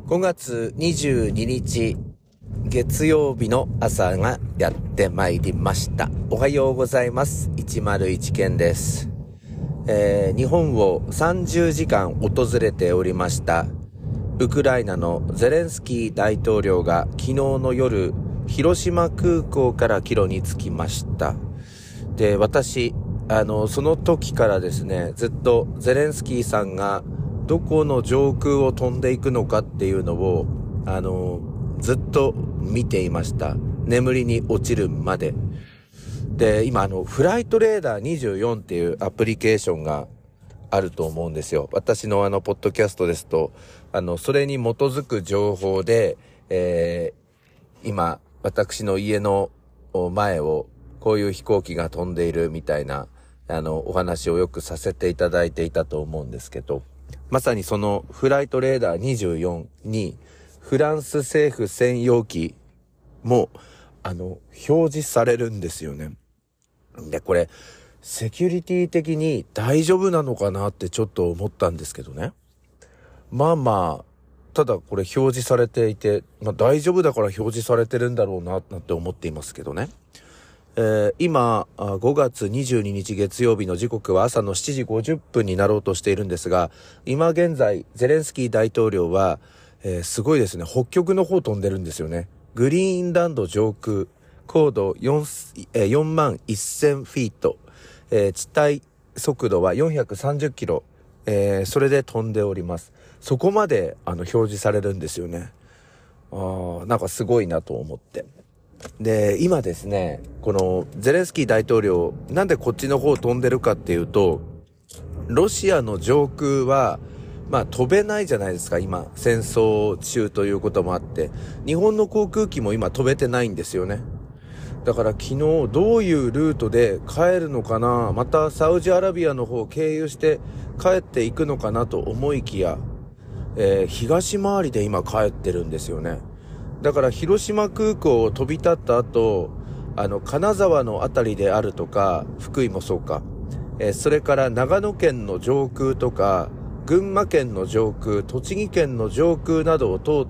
5月22日月曜日の朝がやってまいりました。おはようございます。101健です。日本を30時間訪れておりましたウクライナのゼレンスキー大統領が昨日の夜広島空港から帰路に着きました。で、私その時からですね、ずっとゼレンスキーさんがどこの上空を飛んでいくのかっていうのをずっと見ていました。眠りに落ちるまで。で、今フライトレーダー24っていうアプリケーションがあると思うんですよ。私のポッドキャストですとそれに基づく情報で、今私の家の前をこういう飛行機が飛んでいるみたいなお話をよくさせていただいていたと思うんですけど、まさにそのフライトレーダー24にフランス政府専用機も表示されるんですよね。で、これセキュリティ的に大丈夫なのかなってちょっと思ったんですけどね。まあただこれ表示されていて、大丈夫だから表示されてるんだろうなって思っていますけどね。今5月22日月曜日の時刻は朝の7時50分になろうとしているんですが、今現在ゼレンスキー大統領は、すごいですね、北極の方飛んでるんですよね。グリーンランド上空高度4万1000フィート、地帯速度は430キロ、それで飛んでおります。そこまで表示されるんですよね。なんかすごいなと思って。で、今ですね、このゼレンスキー大統領なんでこっちの方飛んでるかっていうと、ロシアの上空は飛べないじゃないですか。今戦争中ということもあって、日本の航空機も今飛べてないんですよね。だから昨日どういうルートで帰るのかな、またサウジアラビアの方を経由して帰っていくのかなと思いきや、東回りで今帰ってるんですよね。だから広島空港を飛び立った後、金沢のあたりであるとか、福井もそうか、それから長野県の上空とか、群馬県の上空、栃木県の上空などを通って、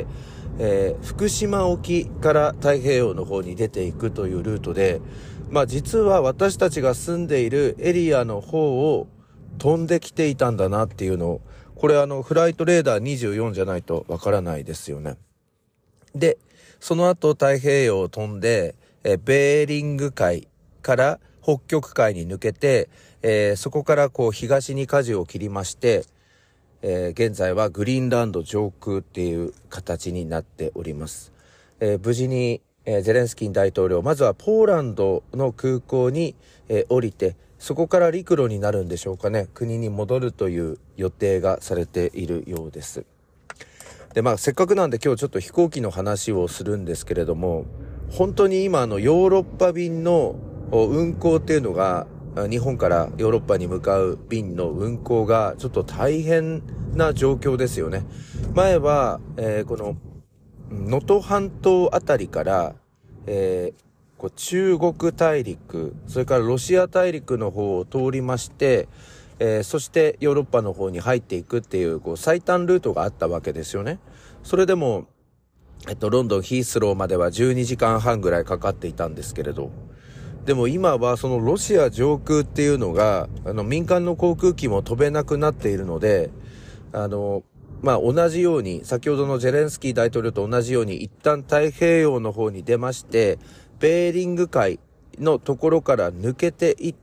福島沖から太平洋の方に出ていくというルートで、実は私たちが住んでいるエリアの方を飛んできていたんだなっていうのを、これフライトレーダー24じゃないとわからないですよね。で、その後太平洋を飛んで、ベーリング海から北極海に抜けて、そこから東に舵を切りまして、現在はグリーンランド上空っていう形になっております。無事に、ゼレンスキー大統領、まずはポーランドの空港に、降りて、そこから陸路になるんでしょうかね、国に戻るという予定がされているようです。で、せっかくなんで今日ちょっと飛行機の話をするんですけれども、本当に今ヨーロッパ便の運航っていうのが、日本からヨーロッパに向かう便の運航がちょっと大変な状況ですよね。前は、この能登半島あたりから、中国大陸、それからロシア大陸の方を通りまして、そしてヨーロッパの方に入っていくっていう、最短ルートがあったわけですよね。それでも、ロンドンヒースローまでは12時間半ぐらいかかっていたんですけれど、でも今はそのロシア上空っていうのが、民間の航空機も飛べなくなっているので、同じように、先ほどのゼレンスキー大統領と同じように、一旦太平洋の方に出まして、ベーリング海のところから抜けていって、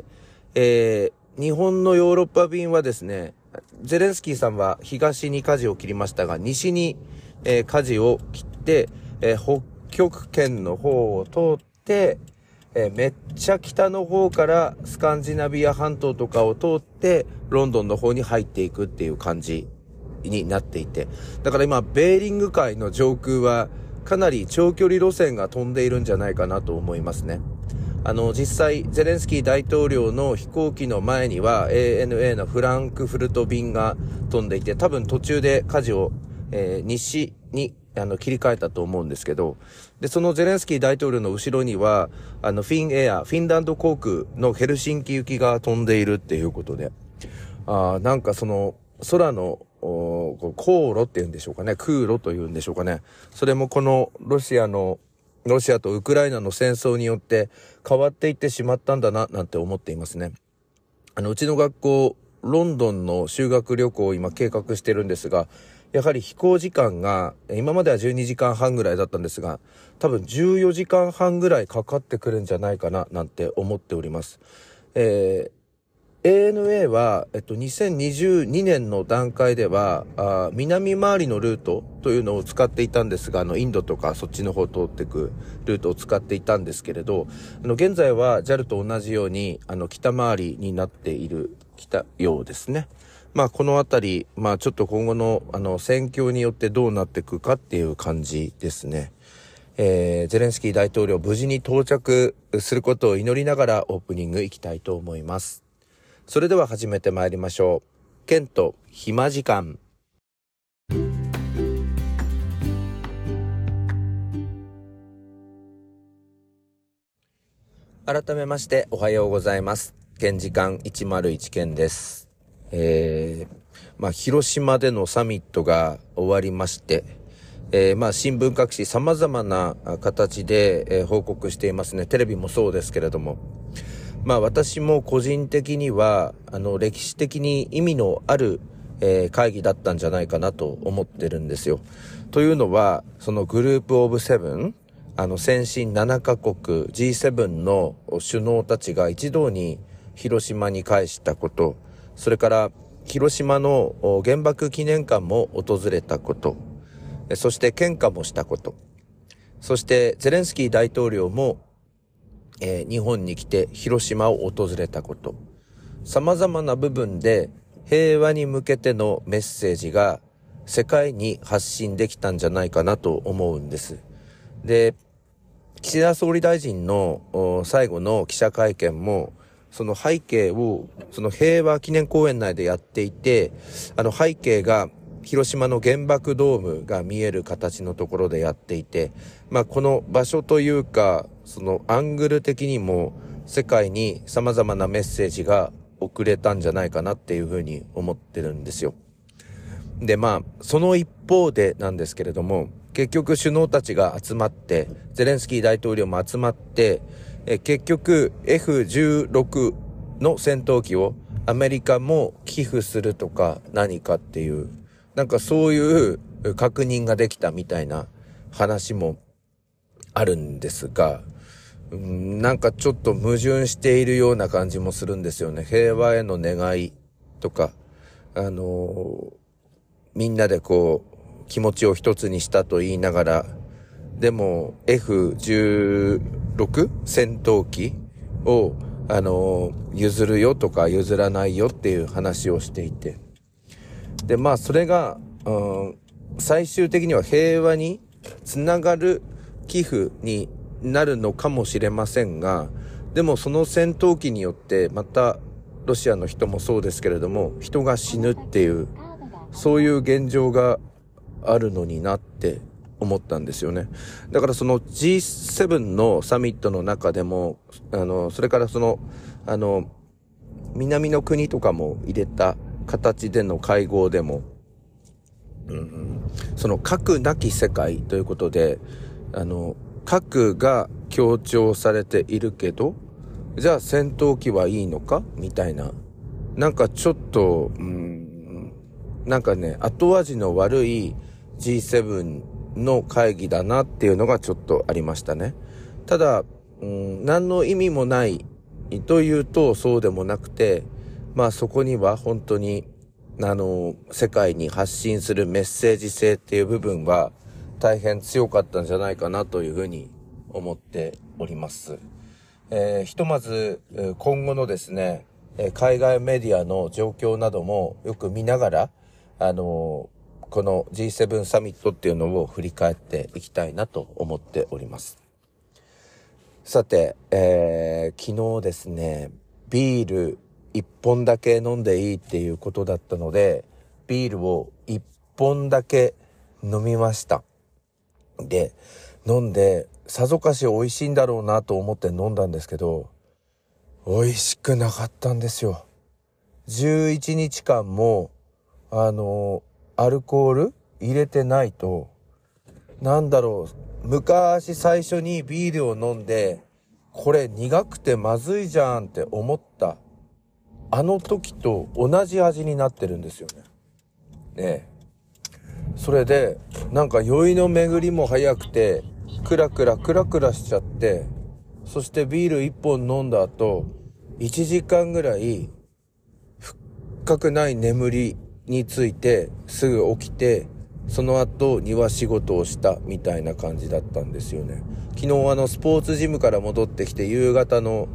日本のヨーロッパ便はですね、ゼレンスキーさんは東に舵を切りましたが、西に、舵を切って、北極圏の方を通って、めっちゃ北の方からスカンジナビア半島とかを通ってロンドンの方に入っていくっていう感じになっていて、だから今ベーリング海の上空はかなり長距離路線が飛んでいるんじゃないかなと思いますね。実際ゼレンスキー大統領の飛行機の前には ANA のフランクフルト便が飛んでいて、多分途中で舵を、西に切り替えたと思うんですけど、でそのゼレンスキー大統領の後ろにはフィンエア、フィンランド航空のヘルシンキ行きが飛んでいるっていうことで、なんかその空の航路っていうんでしょうかね、空路というんでしょうかね。それもこのロシアとウクライナの戦争によって変わっていってしまったんだな、なんて思っていますね。うちの学校、ロンドンの修学旅行を今計画してるんですが、やはり飛行時間が、今までは12時間半ぐらいだったんですが、多分14時間半ぐらいかかってくるんじゃないかな、なんて思っております。ANA は、2022年の段階では、南回りのルートというのを使っていたんですが、インドとかそっちの方を通っていくルートを使っていたんですけれど、現在は JAL と同じように、北回りになっている、きたようですね。このあたり、ちょっと今後の、戦況によってどうなっていくかっていう感じですね。ゼレンスキー大統領無事に到着することを祈りながらオープニングいきたいと思います。それでは始めてまいりましょう。ケント暇時間。改めましておはようございます。ケン時間101ケンです。広島でのサミットが終わりまして、新聞各紙様々な形で、報告していますね。テレビもそうですけれども。私も個人的には、歴史的に意味のある、会議だったんじゃないかなと思ってるんですよ。というのは、そのグループオブセブン、先進7カ国 G7 の首脳たちが一堂に広島に返したこと、それから広島の原爆記念館も訪れたこと、そして献花もしたこと、そしてゼレンスキー大統領も、日本に来て広島を訪れたこと、様々な部分で平和に向けてのメッセージが世界に発信できたんじゃないかなと思うんです。で、岸田総理大臣の最後の記者会見もその背景をその平和記念公園内でやっていて、背景が広島の原爆ドームが見える形のところでやっていて、この場所というかそのアングル的にも世界に様々なメッセージが送れたんじゃないかなっていうふうに思ってるんですよ。で、その一方でなんですけれども、結局首脳たちが集まって、ゼレンスキー大統領も集まって、結局 F16 の戦闘機をアメリカも寄付するとか何かっていう、そういう確認ができたみたいな話もあるんですが、ちょっと矛盾しているような感じもするんですよね。平和への願いとか、みんなで気持ちを一つにしたと言いながら、でも F16 戦闘機を譲るよとか譲らないよっていう話をしていて、でそれが、最終的には平和につながる寄付になるのかもしれませんが、でもその戦闘機によってまたロシアの人もそうですけれども人が死ぬっていう、そういう現状があるのになって思ったんですよね。だからその G7 のサミットの中でもそれからその南の国とかも入れた形での会合でも、その核なき世界ということで核が強調されているけど、じゃあ戦闘機はいいのかみたいな、ちょっと後味の悪い G7 の会議だなっていうのがちょっとありましたね。ただ、何の意味もないというとそうでもなくて、そこには本当に世界に発信するメッセージ性っていう部分は大変強かったんじゃないかなというふうに思っております。ひとまず今後のですね、海外メディアの状況などもよく見ながらこの G7 サミットっていうのを振り返っていきたいなと思っております。さて、昨日ですね、ビール1本だけ飲んでいいっていうことだったので、ビールを1本だけ飲みました。で、飲んでさぞかし美味しいんだろうなと思って飲んだんですけど、美味しくなかったんですよ。11日間もアルコール入れてないと、昔最初にビールを飲んで、これ苦くてまずいじゃんって思ったあの時と同じ味になってるんですよね。ねえ。それで酔いの巡りも早くてクラクラしちゃって、そしてビール1本飲んだ後1時間ぐらい深くない眠りについてすぐ起きて、その後庭仕事をしたみたいな感じだったんですよね。昨日スポーツジムから戻ってきて夕方の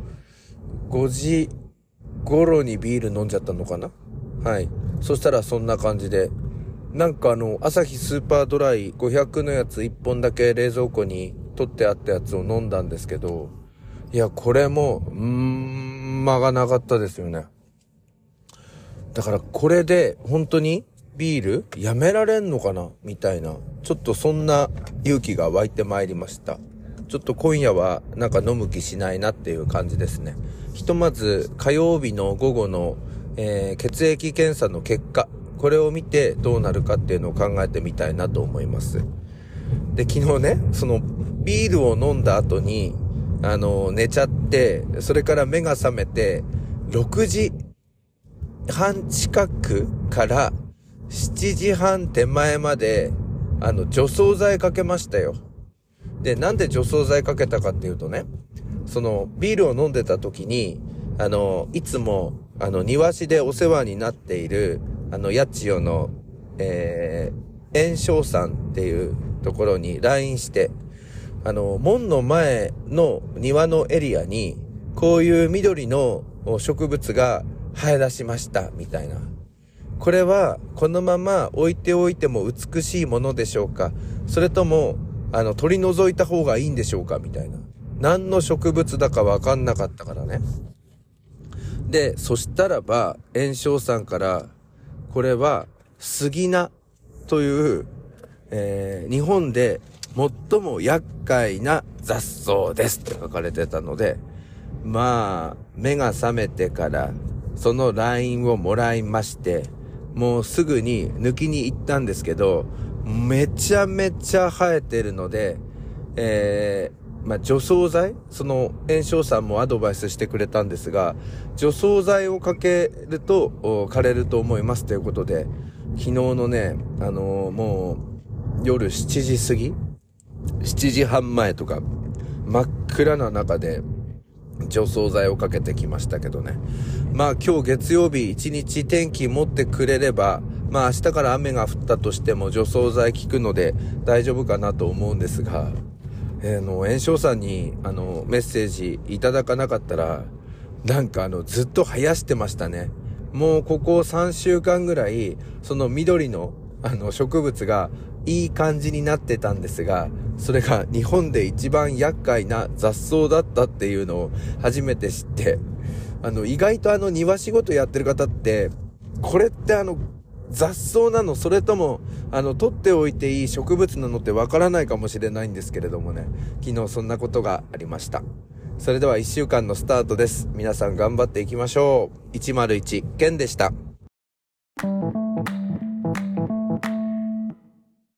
5時頃にビール飲んじゃったのかな。はい。そしたらそんな感じで、アサヒスーパードライ500のやつ1本だけ冷蔵庫に取ってあったやつを飲んだんですけど、いやこれも間がなかったですよね。だからこれで本当にビールやめられんのかなみたいな、ちょっとそんな勇気が湧いてまいりました。ちょっと今夜は飲む気しないなっていう感じですね。ひとまず火曜日の午後の、血液検査の結果、これを見てどうなるかっていうのを考えてみたいなと思います。で、昨日ね、そのビールを飲んだ後に寝ちゃって、それから目が覚めて6時半近くから7時半手前まで除草剤かけましたよ。で、なんで除草剤かけたかっていうとね、そのビールを飲んでた時にいつも庭師でお世話になっている八千代の円生さんっていうところに LINE して門の前の庭のエリアにこういう緑の植物が生え出しましたみたいな、これはこのまま置いておいても美しいものでしょうか、それとも取り除いた方がいいんでしょうかみたいな、何の植物だか分かんなかったからね。で、そしたらば円生さんからこれは杉菜という、日本で最も厄介な雑草ですって書かれてたので、目が覚めてからその LINE をもらいまして、もうすぐに抜きに行ったんですけど、めちゃめちゃ生えてるので、除草剤、その円生さんもアドバイスしてくれたんですが、除草剤をかけると枯れると思いますということで、昨日のね、もう夜7時過ぎ、7時半前とか真っ暗な中で除草剤をかけてきましたけどね。今日月曜日一日天気持ってくれれば、明日から雨が降ったとしても除草剤効くので大丈夫かなと思うんですが、円生さんにメッセージいただかなかったら、ずっと生やしてましたね。もうここ3週間ぐらいその緑の植物がいい感じになってたんですが、それが日本で一番厄介な雑草だったっていうのを初めて知って、意外と庭仕事やってる方って、これって雑草なの、それとも取っておいていい植物なのってわからないかもしれないんですけれどもね、昨日そんなことがありました。それでは1週間のスタートです。皆さん頑張っていきましょう。101ケンでした。